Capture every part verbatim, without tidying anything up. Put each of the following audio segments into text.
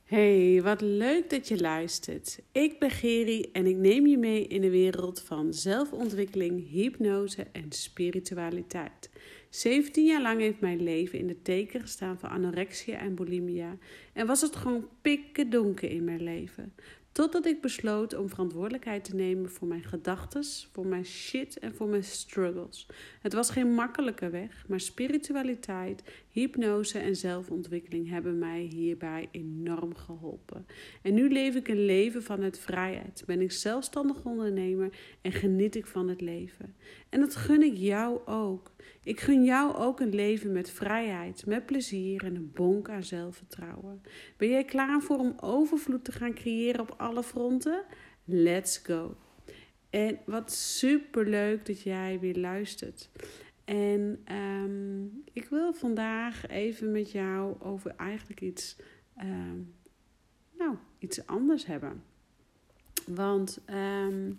Hey, wat leuk dat je luistert. Ik ben Geri en ik neem je mee in de wereld van zelfontwikkeling, hypnose en spiritualiteit. zeventien jaar lang heeft mijn leven in de teken gestaan van anorexia en bulimia en was het gewoon pikken donker in mijn leven. Totdat ik besloot om verantwoordelijkheid te nemen voor mijn gedachten, voor mijn shit en voor mijn struggles. Het was geen makkelijke weg, maar spiritualiteit, hypnose en zelfontwikkeling hebben mij hierbij enorm geholpen. En nu leef ik een leven vanuit vrijheid, ben ik zelfstandig ondernemer en geniet ik van het leven. En dat gun ik jou ook. Ik gun jou ook een leven met vrijheid, met plezier en een bonk aan zelfvertrouwen. Ben jij klaar voor om overvloed te gaan creëren op alle fronten? Let's go! En wat superleuk dat jij weer luistert. En um, ik wil vandaag even met jou over eigenlijk iets, um, nou, iets anders hebben. Want um,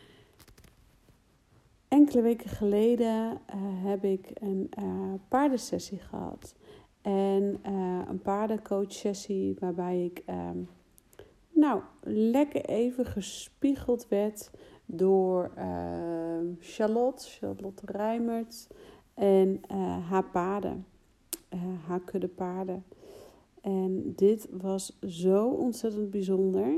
enkele weken geleden uh, heb ik een uh, paardensessie gehad. En uh, een paardencoachsessie waarbij ik um, nou, lekker even gespiegeld werd door uh, Charlotte, Charlotte Rijmert en uh, haar paarden, uh, haar kudde paarden. En dit was zo ontzettend bijzonder.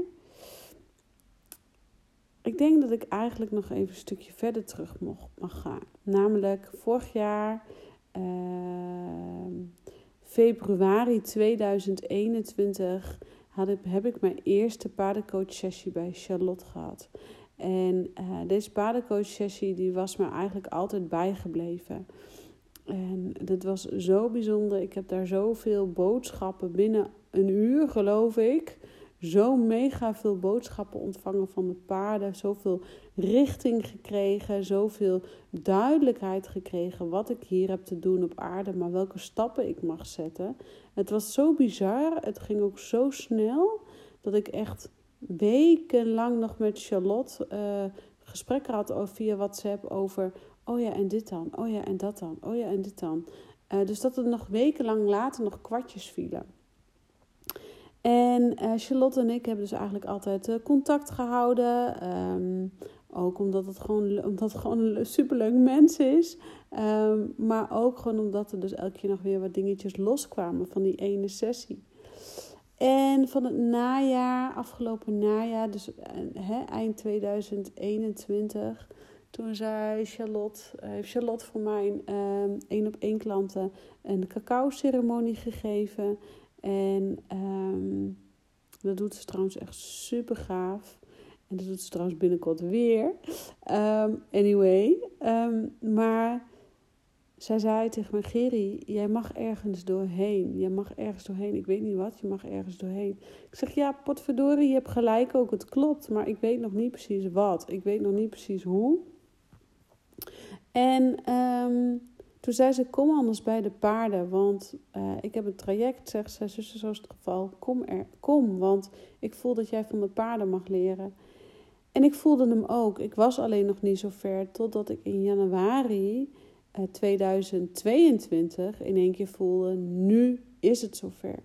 Ik denk dat ik eigenlijk nog even een stukje verder terug mag, mag gaan. Namelijk vorig jaar, uh, februari tweeduizend eenentwintig, had ik, heb ik mijn eerste paardencoachsessie bij Charlotte gehad. En uh, deze paardencoachsessie die was me eigenlijk altijd bijgebleven. En dat was zo bijzonder. Ik heb daar zoveel boodschappen binnen een uur, geloof ik. Zo mega veel boodschappen ontvangen van de paarden. Zoveel richting gekregen. Zoveel duidelijkheid gekregen wat ik hier heb te doen op aarde. Maar welke stappen ik mag zetten. Het was zo bizar. Het ging ook zo snel. Dat ik echt wekenlang nog met Charlotte uh, gesprekken had over, via WhatsApp over... Oh ja, en dit dan. Oh ja, en dat dan. Oh ja, en dit dan. Uh, dus dat er nog wekenlang later nog kwartjes vielen. En uh, Charlotte en ik hebben dus eigenlijk altijd uh, contact gehouden. Um, ook omdat het gewoon, omdat het gewoon een superleuk mens is. Um, maar ook gewoon omdat er dus elke keer nog weer wat dingetjes loskwamen van die ene sessie. En van het najaar, afgelopen najaar, dus uh, he, eind tweeduizend eenentwintig... Toen zei Charlotte, heeft Charlotte voor mij een één op één klanten een cacao-ceremonie gegeven. En um, dat doet ze trouwens echt super gaaf. En dat doet ze trouwens binnenkort weer. Um, anyway, um, maar zij zei tegen mij, Geri, jij mag ergens doorheen. Jij mag ergens doorheen. Ik weet niet wat, je mag ergens doorheen. Ik zeg, ja, potverdorie, je hebt gelijk ook, het klopt. Maar ik weet nog niet precies wat. Ik weet nog niet precies hoe. En um, toen zei ze, kom anders bij de paarden, want uh, ik heb een traject, zegt ze, zuster, zo is het geval, kom er, kom, want ik voel dat jij van de paarden mag leren. En ik voelde hem ook, ik was alleen nog niet zo ver, totdat ik in januari uh, tweeduizend tweeëntwintig in één keer voelde, nu is het zover.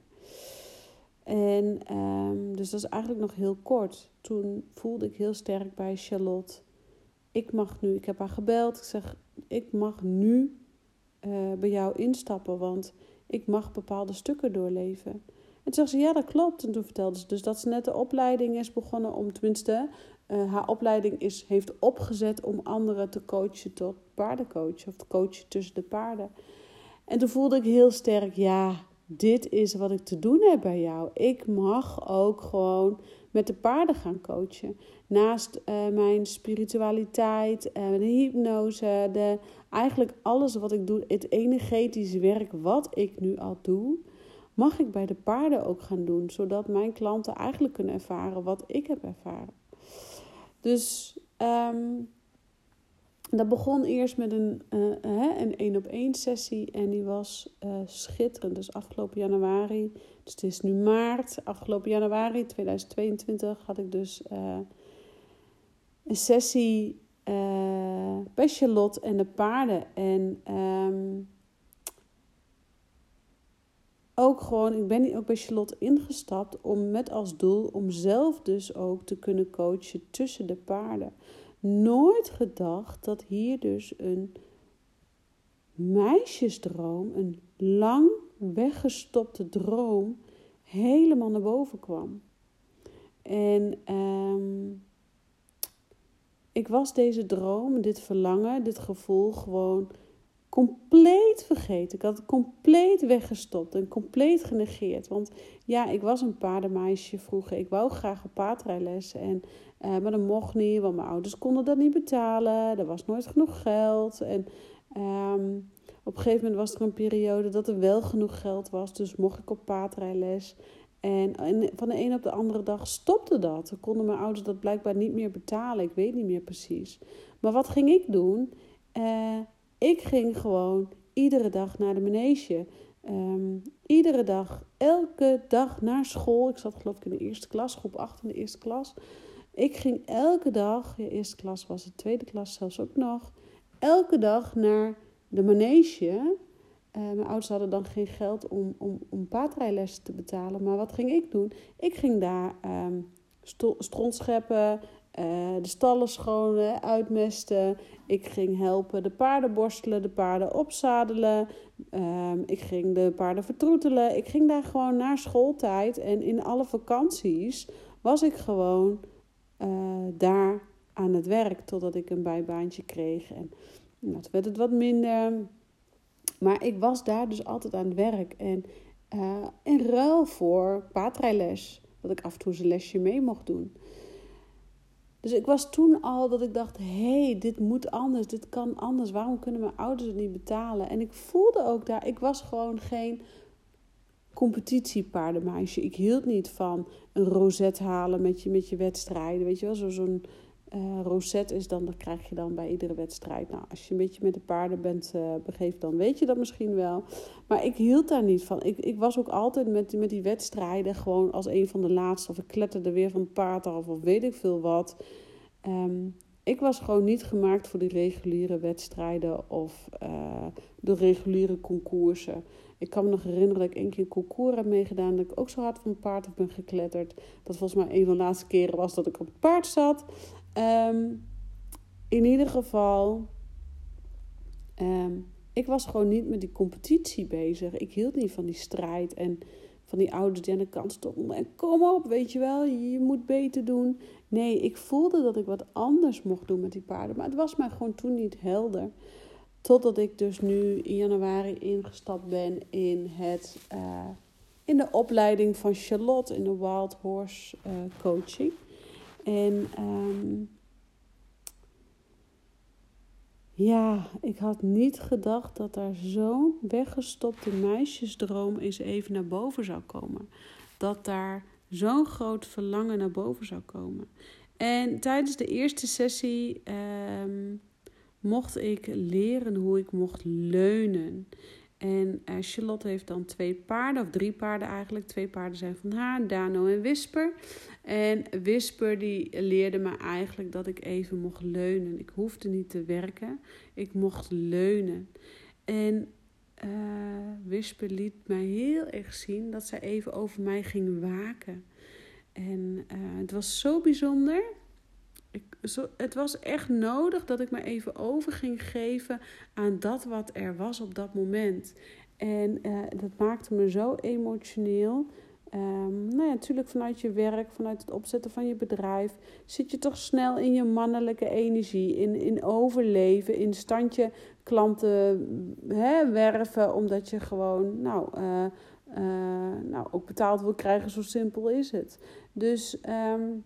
En um, dus dat is eigenlijk nog heel kort. Toen voelde ik heel sterk bij Charlotte, ik mag nu, ik heb haar gebeld, ik zeg, ik mag nu uh, bij jou instappen, want ik mag bepaalde stukken doorleven. En toen zei ze, ja, dat klopt. En toen vertelde ze dus dat ze net de opleiding is begonnen om, tenminste, uh, haar opleiding is, heeft opgezet om anderen te coachen tot paardencoach, of te coachen tussen de paarden. En toen voelde ik heel sterk, ja, dit is wat ik te doen heb bij jou. Ik mag ook gewoon met de paarden gaan coachen. Naast uh, mijn spiritualiteit, uh, de hypnose, de, eigenlijk alles wat ik doe, het energetische werk wat ik nu al doe, mag ik bij de paarden ook gaan doen. Zodat mijn klanten eigenlijk kunnen ervaren wat ik heb ervaren. Dus um, dat begon eerst met een uh, een één op één sessie en die was uh, schitterend. Dus afgelopen januari, dus het is nu maart, afgelopen januari tweeduizend tweeëntwintig had ik dus uh, een sessie uh, bij Charlotte en de paarden. En um, ook gewoon, ik ben ook bij Charlotte ingestapt om met als doel om zelf dus ook te kunnen coachen tussen de paarden. Nooit gedacht dat hier dus een meisjesdroom, een lang weggestopte droom, helemaal naar boven kwam. En um, ik was deze droom, dit verlangen, dit gevoel gewoon compleet vergeten. Ik had het compleet weggestopt en compleet genegeerd. Want ja, ik was een paardenmeisje vroeger. Ik wou graag op paardrijles. En, uh, maar dat mocht niet, want mijn ouders konden dat niet betalen. Er was nooit genoeg geld. En um, op een gegeven moment was er een periode dat er wel genoeg geld was. Dus mocht ik op paardrijles. En van de een op de andere dag stopte dat. Dan konden mijn ouders dat blijkbaar niet meer betalen. Ik weet niet meer precies. Maar wat ging ik doen? Uh, ik ging gewoon iedere dag naar de manege. Um, iedere dag, elke dag naar school. Ik zat geloof ik in de eerste klas, groep acht in de eerste klas. Ik ging elke dag, ja, eerste klas was het, tweede klas zelfs ook nog. Elke dag naar de manege. Uh, mijn ouders hadden dan geen geld om, om, om paardrijlessen te betalen. Maar wat ging ik doen? Ik ging daar um, sto- stront scheppen, uh, de stallen schonen, uitmesten. Ik ging helpen de paarden borstelen, de paarden opzadelen. Um, ik ging de paarden vertroetelen. Ik ging daar gewoon naar schooltijd. En in alle vakanties was ik gewoon uh, daar aan het werk. Totdat ik een bijbaantje kreeg. En nou, toen werd het wat minder. Maar ik was daar dus altijd aan het werk. En uh, in ruil voor paardrijles. Dat ik af en toe een lesje mee mocht doen. Dus ik was toen al dat ik dacht, hé, hey, dit moet anders, dit kan anders. Waarom kunnen mijn ouders het niet betalen? En ik voelde ook daar, ik was gewoon geen competitiepaardenmeisje. Ik hield niet van een rozet halen met je, met je wedstrijden. Weet je wel, zo, zo'n uh, rozet is dan, dat krijg je dan bij iedere wedstrijd. Nou, als je een beetje met de paarden bent uh, begeven, dan weet je dat misschien wel. Maar ik hield daar niet van. Ik, ik was ook altijd met, met die wedstrijden gewoon als een van de laatste. Of ik kletterde weer van het paard af of weet ik veel wat. Um, ik was gewoon niet gemaakt voor die reguliere wedstrijden of uh, de reguliere concoursen. Ik kan me nog herinneren dat ik één keer een concours heb meegedaan. Dat ik ook zo hard van het paard heb ben gekletterd. Dat volgens mij een van de laatste keren was dat ik op het paard zat. Um, in ieder geval, um, ik was gewoon niet met die competitie bezig. Ik hield niet van die strijd en van die ouders die aan de kant stonden. En kom op, weet je wel, je moet beter doen. Nee, ik voelde dat ik wat anders mocht doen met die paarden. Maar het was mij gewoon toen niet helder. Totdat ik dus nu in januari ingestapt ben in, het, uh, in de opleiding van Charlotte in de Wild Horse uh, Coaching. En um, ja, ik had niet gedacht dat daar zo'n weggestopte meisjesdroom eens even naar boven zou komen. Dat daar zo'n groot verlangen naar boven zou komen. En tijdens de eerste sessie um, mocht ik leren hoe ik mocht leunen. En uh, Charlotte heeft dan twee paarden, of drie paarden eigenlijk. Twee paarden zijn van haar, Dano en Whisper. En Whisper die leerde me eigenlijk dat ik even mocht leunen. Ik hoefde niet te werken, ik mocht leunen. En uh, Whisper liet mij heel erg zien dat zij even over mij ging waken. En uh, het was zo bijzonder. Ik, zo, het was echt nodig dat ik me even over ging geven aan dat wat er was op dat moment. En uh, dat maakte me zo emotioneel. Um, nou ja, natuurlijk vanuit je werk, vanuit het opzetten van je bedrijf, zit je toch snel in je mannelijke energie, in, in overleven, in standje klanten hè, werven, omdat je gewoon nou, uh, uh, nou, ook betaald wil krijgen, zo simpel is het. Dus um,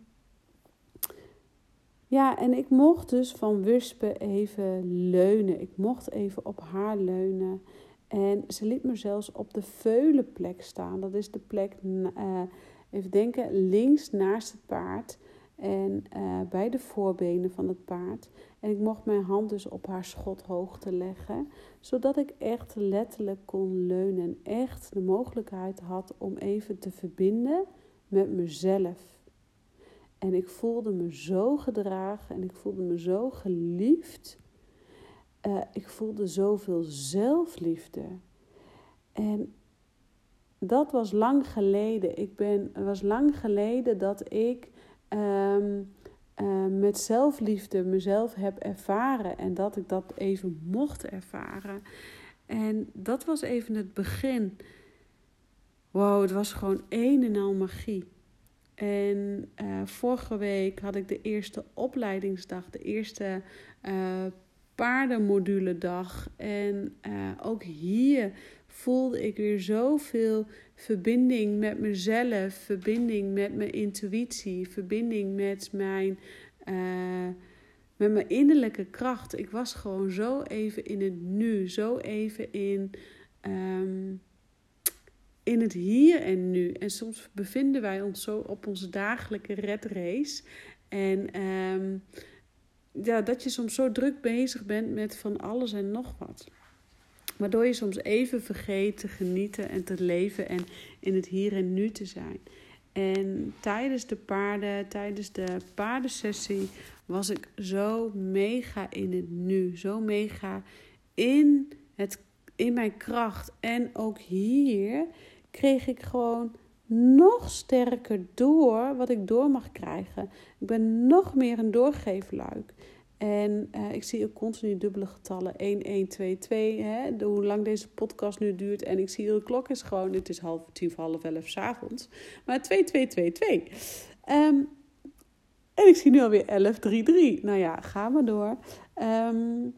ja, en ik mocht dus van Whisper even leunen. Ik mocht even op haar leunen. En ze liet me zelfs op de veulenplek staan. Dat is de plek, uh, even denken, links naast het paard. En uh, bij de voorbenen van het paard. En ik mocht mijn hand dus op haar schothoogte leggen. Zodat ik echt letterlijk kon leunen. En echt de mogelijkheid had om even te verbinden met mezelf. En ik voelde me zo gedragen en ik voelde me zo geliefd. Uh, ik voelde zoveel zelfliefde. En dat was lang geleden. Ik ben, het was lang geleden dat ik um, uh, met zelfliefde mezelf heb ervaren. En dat ik dat even mocht ervaren. En dat was even het begin. Wow, het was gewoon een en al magie. En uh, vorige week had ik de eerste opleidingsdag, de eerste uh, paardenmoduledag. En uh, ook hier voelde ik weer zoveel verbinding met mezelf, verbinding met mijn intuïtie, verbinding met mijn, uh, met mijn innerlijke kracht. Ik was gewoon zo even in het nu, zo even in... Um, In het hier en nu. En soms bevinden wij ons zo op onze dagelijke redrace. En um, ja, dat je soms zo druk bezig bent met van alles en nog wat. Waardoor je soms even vergeet te genieten en te leven en in het hier en nu te zijn. En tijdens de paarden, tijdens de paardensessie was ik zo mega in het nu. Zo mega in, het, in mijn kracht. En ook hier kreeg ik gewoon nog sterker door wat ik door mag krijgen. Ik ben nog meer een doorgeefluik. En uh, ik zie ook continu dubbele getallen. één, één, twee, twee. Hè? De, hoe lang deze podcast nu duurt. En ik zie de klok is gewoon... Het is half tien voor half elf 's avonds. Maar twee, twee, twee, twee. Um, en ik zie nu alweer elf, drie, drie. Nou ja, ga maar door. Um,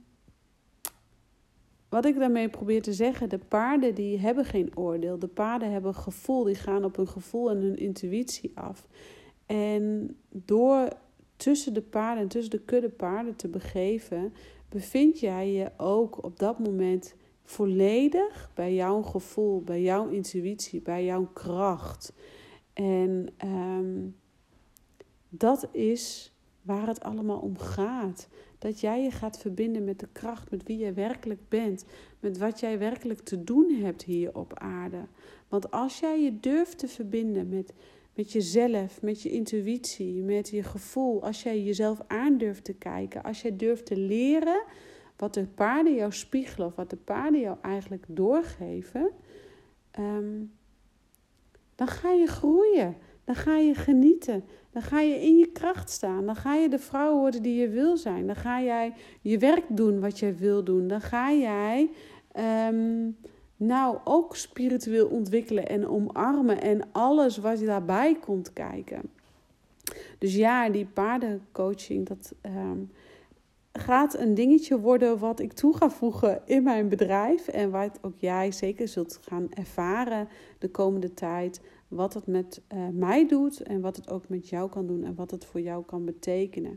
wat ik daarmee probeer te zeggen... De paarden die hebben geen oordeel. De paarden hebben gevoel. Die gaan op hun gevoel en hun intuïtie af. En door... tussen de paarden en tussen de kudde paarden te begeven, bevind jij je ook op dat moment volledig bij jouw gevoel, bij jouw intuïtie, bij jouw kracht. En um, dat is waar het allemaal om gaat. Dat jij je gaat verbinden met de kracht, met wie jij werkelijk bent, met wat jij werkelijk te doen hebt hier op aarde. Want als jij je durft te verbinden met Met jezelf, met je intuïtie, met je gevoel. Als jij jezelf aan durft te kijken. Als jij durft te leren wat de paarden jou spiegelen. Of wat de paarden jou eigenlijk doorgeven. Um, dan ga je groeien. Dan ga je genieten. Dan ga je in je kracht staan. Dan ga je de vrouw worden die je wil zijn. Dan ga jij je werk doen wat jij wil doen. Dan ga jij... Um, Nou, ook spiritueel ontwikkelen en omarmen en alles wat je daarbij komt kijken. Dus ja, die paardencoaching, dat um, gaat een dingetje worden wat ik toe ga voegen in mijn bedrijf. En wat ook jij zeker zult gaan ervaren de komende tijd. Wat het met uh, mij doet en wat het ook met jou kan doen en wat het voor jou kan betekenen.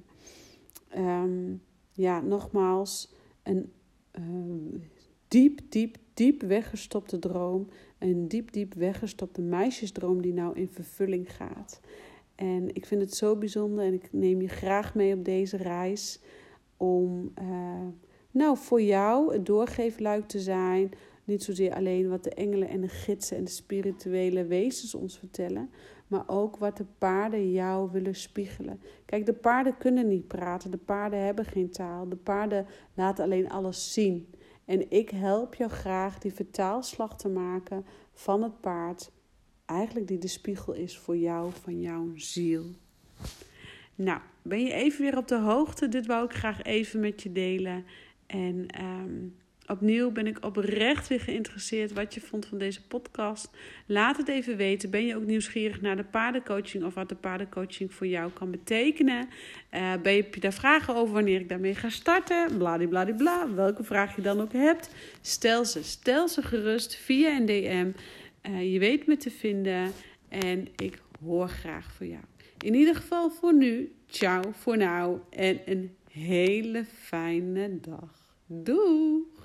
Um, ja, nogmaals, een... Uh, Diep, diep, diep weggestopte droom. Een diep, diep weggestopte meisjesdroom die nou in vervulling gaat. En ik vind het zo bijzonder en ik neem je graag mee op deze reis. Om uh, nou voor jou het doorgeefluik te zijn. Niet zozeer alleen wat de engelen en de gidsen en de spirituele wezens ons vertellen. Maar ook wat de paarden jou willen spiegelen. Kijk, de paarden kunnen niet praten. De paarden hebben geen taal. De paarden laten alleen alles zien. En ik help jou graag die vertaalslag te maken van het paard. Eigenlijk die de spiegel is voor jou, van jouw ziel. Nou, ben je even weer op de hoogte? Dit wou ik graag even met je delen. En um, opnieuw ben ik oprecht weer geïnteresseerd wat je vond van deze podcast. Laat het even weten. Ben je ook nieuwsgierig naar de paardencoaching of wat de paardencoaching voor jou kan betekenen? Uh, ben je, heb je daar vragen over wanneer ik daarmee ga starten? Bladibladibla. Welke vraag je dan ook hebt. Stel ze. Stel ze gerust via een D M. Uh, je weet me te vinden. En ik hoor graag van jou. In ieder geval voor nu. Ciao voor nou. En een hele fijne dag. Doei!